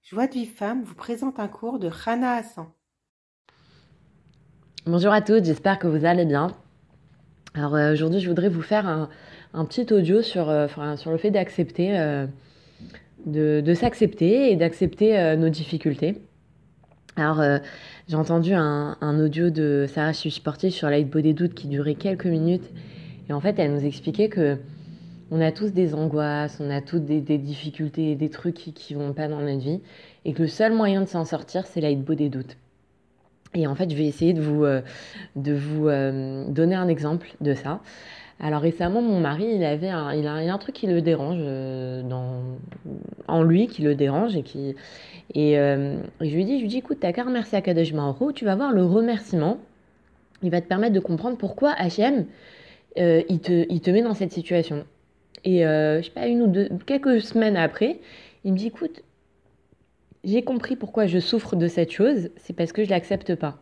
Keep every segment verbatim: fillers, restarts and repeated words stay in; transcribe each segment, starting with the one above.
Joie de Vive Femme vous présente un cours de Rana Hassan. Bonjour à toutes, j'espère que vous allez bien. Alors euh, aujourd'hui, je voudrais vous faire un, un petit audio sur, euh, sur le fait d'accepter, euh, de, de s'accepter et d'accepter euh, nos difficultés. Alors euh, j'ai entendu un, un audio de Sarah Chichi-Portier sur Light Beau des doutes qui durait quelques minutes. Et en fait, elle nous expliquait que on a tous des angoisses, on a tous des, des difficultés, des trucs qui, qui vont pas dans notre vie. Et que le seul moyen de s'en sortir, c'est Light Beau des doutes. Et en fait, je vais essayer de vous, euh, de vous euh, donner un exemple de ça. Alors récemment, mon mari, il avait un, il a, il a un truc qui le dérange euh, dans, en lui, qui le dérange et qui et, euh, et je lui dis, je lui dis, écoute, t'as qu'à remercier Akadosh Baruch Hu, tu vas voir le remerciement, il va te permettre de comprendre pourquoi H M euh, il te, il te met dans cette situation. Et euh, je sais pas, une ou deux, quelques semaines après, il me dit, écoute, j'ai compris pourquoi je souffre de cette chose, c'est parce que je l'accepte pas.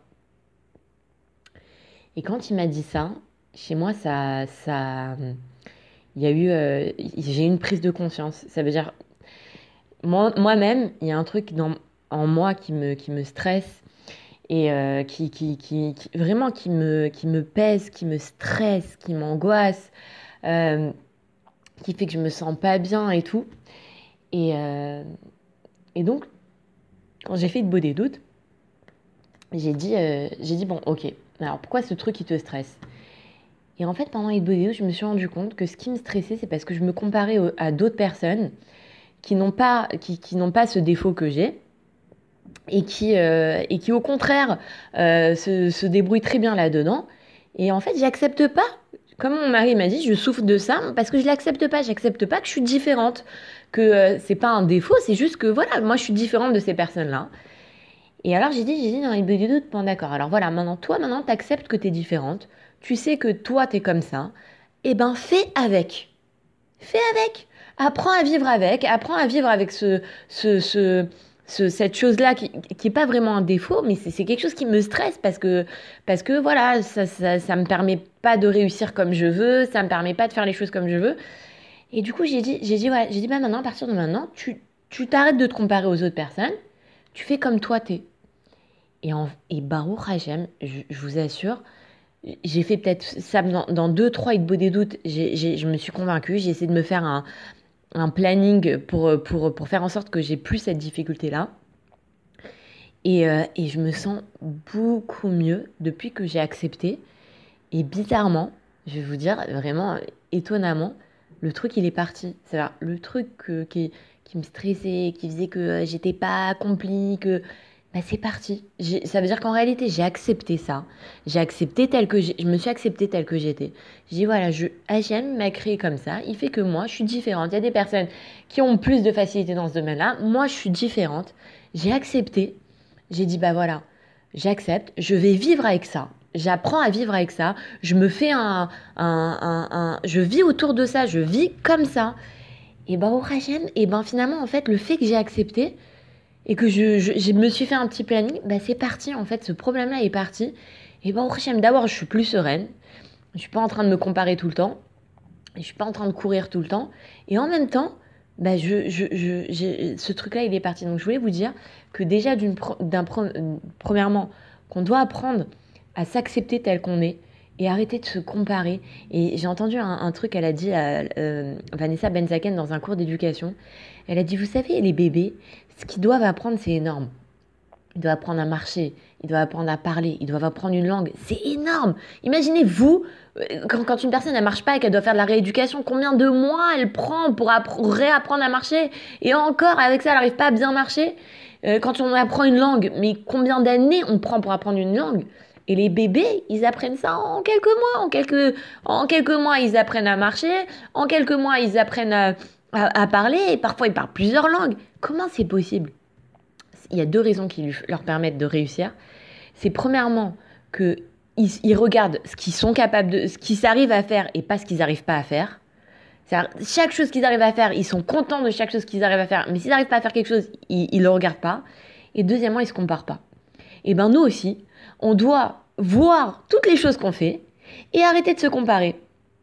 Et quand il m'a dit ça, chez moi, ça, ça, il y a eu, euh, j'ai eu une prise de conscience. Ça veut dire, moi, moi-même, il y a un truc dans, en moi qui me, qui me stresse et euh, qui, qui, qui, qui- vraiment qui me, qui me pèse, qui me stresse, qui m'angoisse, euh, qui fait que je me sens pas bien et tout. Et, euh, et donc, quand j'ai fait de beau des doutes, j'ai dit, euh, j'ai dit bon, ok. Alors pourquoi ce truc qui te stresse? Et en fait, pendant les vidéos, je me suis rendu compte que ce qui me stressait, c'est parce que je me comparais au- à d'autres personnes qui n'ont pas, qui, qui n'ont pas ce défaut que j'ai et qui, euh, et qui au contraire, euh, se, se débrouillent très bien là-dedans. Et en fait, j'accepte pas. Comme mon mari m'a dit, je souffre de ça parce que je l'accepte pas. J'accepte pas que je suis différente, que euh, c'est pas un défaut, c'est juste que voilà, moi je suis différente de ces personnes-là. Et alors j'ai dit, j'ai dit dans les vidéos, bon d'accord. Alors voilà, maintenant toi, maintenant t'acceptes que t'es différente. Tu sais que toi t'es comme ça. Eh ben, fais avec. Fais avec. Apprends à vivre avec. Apprends à vivre avec ce, ce, ce, ce- cette chose-là qui n'est pas vraiment un défaut, mais c'est c'est quelque chose qui me stresse parce que, parce que voilà, ça, ça, ça me permet pas de réussir comme je veux, ça me permet pas de faire les choses comme je veux. Et du coup, j'ai dit, j'ai dit, voilà, j'ai dit, bah maintenant, à partir de maintenant, tu, tu t'arrêtes de te comparer aux autres personnes, tu fais comme toi t'es. Et, en, et Baruch Hashem, je, je vous assure, j'ai fait peut-être ça dans, dans deux, trois avec beau des doutes. J'ai, j'ai- je me suis convaincue. J'ai essayé de me faire un, un planning pour, pour, pour faire en sorte que j'ai plus cette difficulté-là. Et, euh, et je me sens beaucoup mieux depuis que j'ai accepté. Et bizarrement, je vais vous dire, vraiment étonnamment, le truc, il est parti. C'est-à-dire, le truc euh, qui, qui me stressait, qui faisait que euh, j'étais pas accomplie, que bah, c'est parti. J'ai- Ça veut dire qu'en réalité, j'ai accepté ça. J'ai accepté tel que j'ai, je me suis acceptée telle que j'étais. J'ai dit, voilà, je, H M m'a créé comme ça. Il fait que moi, je suis différente. Il y a des personnes qui ont plus de facilité dans ce domaine-là. Moi, je suis différente. J'ai accepté. J'ai dit, bah voilà, j'accepte. Je vais vivre avec ça. J'apprends à vivre avec ça. Je me fais un, un, un, un- je vis autour de ça. Je vis comme ça. Et ben, au Hachem, et ben finalement, en fait, le fait que j'ai accepté, et que je, je, je me suis fait un petit planning, bah c'est parti en fait, ce problème-là est parti. Et bah, au Hachem, d'abord, je suis plus sereine. Je suis pas en train de me comparer tout le temps. Je suis pas en train de courir tout le temps. Et en même temps, bah, je, je, je, j'ai- ce truc-là, il est parti. Donc, je voulais vous dire que déjà, d'une, pro- d'un, pro- euh, premièrement, qu'on doit apprendre à s'accepter tel qu'on est et arrêter de se comparer. Et j'ai entendu un, un truc, elle a dit à euh, Vanessa Benzaken dans un cours d'éducation. Elle a dit, vous savez, les bébés, ce qu'ils doivent apprendre, c'est énorme. Ils doivent apprendre à marcher, ils doivent apprendre à parler, ils doivent apprendre une langue. C'est énorme. Imaginez-vous, euh, quand, quand une personne ne marche pas et qu'elle doit faire de la rééducation, combien de mois elle prend pour appr- réapprendre à marcher? Et encore, avec ça, elle n'arrive pas à bien marcher. Euh, quand on apprend une langue, mais combien d'années on prend pour apprendre une langue? Et les bébés, ils apprennent ça en quelques mois. En quelques, en quelques mois, ils apprennent à marcher. En quelques mois, ils apprennent à, à, à parler. Et parfois, ils parlent plusieurs langues. Comment c'est possible? Il y a deux raisons qui lui- leur permettent de réussir. C'est premièrement qu'ils ils regardent ce qu'ils sont capables de, ce qu'ils arrivent à faire et pas ce qu'ils n'arrivent pas à faire. C'est-à-dire, chaque chose qu'ils arrivent à faire, ils sont contents de chaque chose qu'ils arrivent à faire. Mais s'ils n'arrivent pas à faire quelque chose, ils ne le regardent pas. Et deuxièmement, ils ne se comparent pas. Et ben nous aussi, on doit voir toutes les choses qu'on fait et arrêter de se comparer.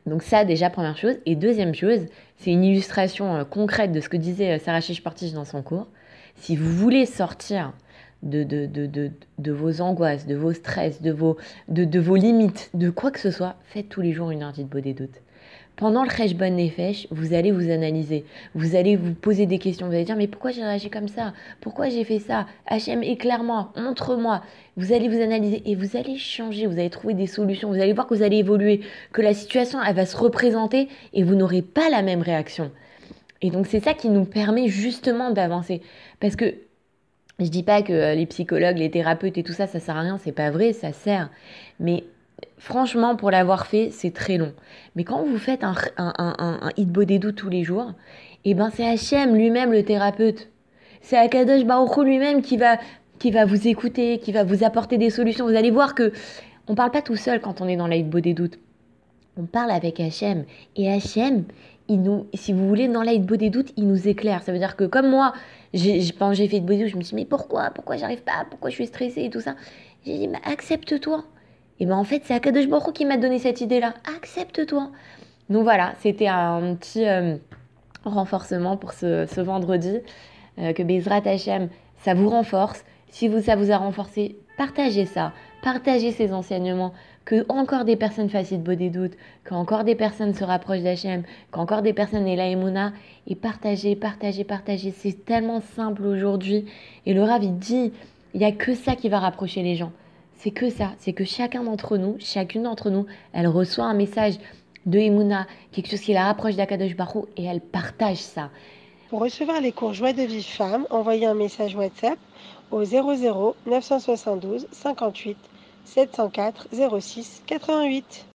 Donc ça, déjà, première chose. Et deuxième chose, c'est une illustration euh, concrète de ce que disait euh, Sarah Chichportiche dans son cours. Si vous voulez sortir de, de, de, de, de vos angoisses, de vos stress, de vos, de, de vos limites, de quoi que ce soit, faites tous les jours une heure d'Hitbo des doutes. Pendant le Cheshbon Nefesh, vous allez vous analyser, vous allez vous poser des questions, vous allez dire mais pourquoi j'ai réagi comme ça? Pourquoi j'ai fait ça? Hachem, éclaire-moi, montre-moi. Vous allez vous analyser et vous allez changer, vous allez trouver des solutions, vous allez voir que vous allez évoluer, que la situation elle va se représenter et vous n'aurez pas la même réaction. Et donc c'est ça qui nous permet justement d'avancer. Parce que je dis pas que les psychologues, les thérapeutes et tout ça, ça sert à rien, c'est pas vrai, ça sert. Mais franchement, pour l'avoir fait, c'est très long. Mais quand vous faites un, un, un, un, un Hitbo des doutes tous les jours, eh ben c'est Hachem lui-même le thérapeute. C'est Akadosh Baruch Hu lui-même qui va, qui va vous écouter, qui va vous apporter des solutions. Vous allez voir que on parle pas tout seul quand on est dans la Hitbo des doutes. On parle avec Hachem. Et Hachem, il nous, si vous voulez, dans la Hitbo des doutes, il nous éclaire. Ça veut dire que comme moi, j'ai, quand j'ai fait Hitbo des doutes, je me suis dit, mais pourquoi Pourquoi j'arrive pas Pourquoi je suis stressée et tout ça. J'ai dit, mais accepte-toi. Et ben en fait, c'est Akadosh Baruch Hu qui m'a donné cette idée-là. Accepte-toi. Donc voilà, c'était un petit euh, renforcement pour ce, ce vendredi. Euh, que Bezrat Hachem, ça vous renforce. Si vous, ça vous a renforcé, partagez ça. Partagez ces enseignements. Que encore des personnes fassent Hitbo des doutes. Qu'encore des personnes se rapprochent d'Hachem. Qu'encore des personnes aient la Emouna. Et partagez, partagez, partagez. C'est tellement simple aujourd'hui. Et le Rav, il dit, il n'y a que ça qui va rapprocher les gens. C'est que ça, c'est que chacun d'entre nous, chacune d'entre nous, elle reçoit un message de Emouna, quelque chose qui la rapproche d'Akadosh Baruch Hu, et elle partage ça. Pour recevoir les cours Joie de Vive Femme, envoyez un message WhatsApp au zéro zéro neuf cent soixante-douze cinquante-huit sept cent quatre zéro six quatre-vingt-huit.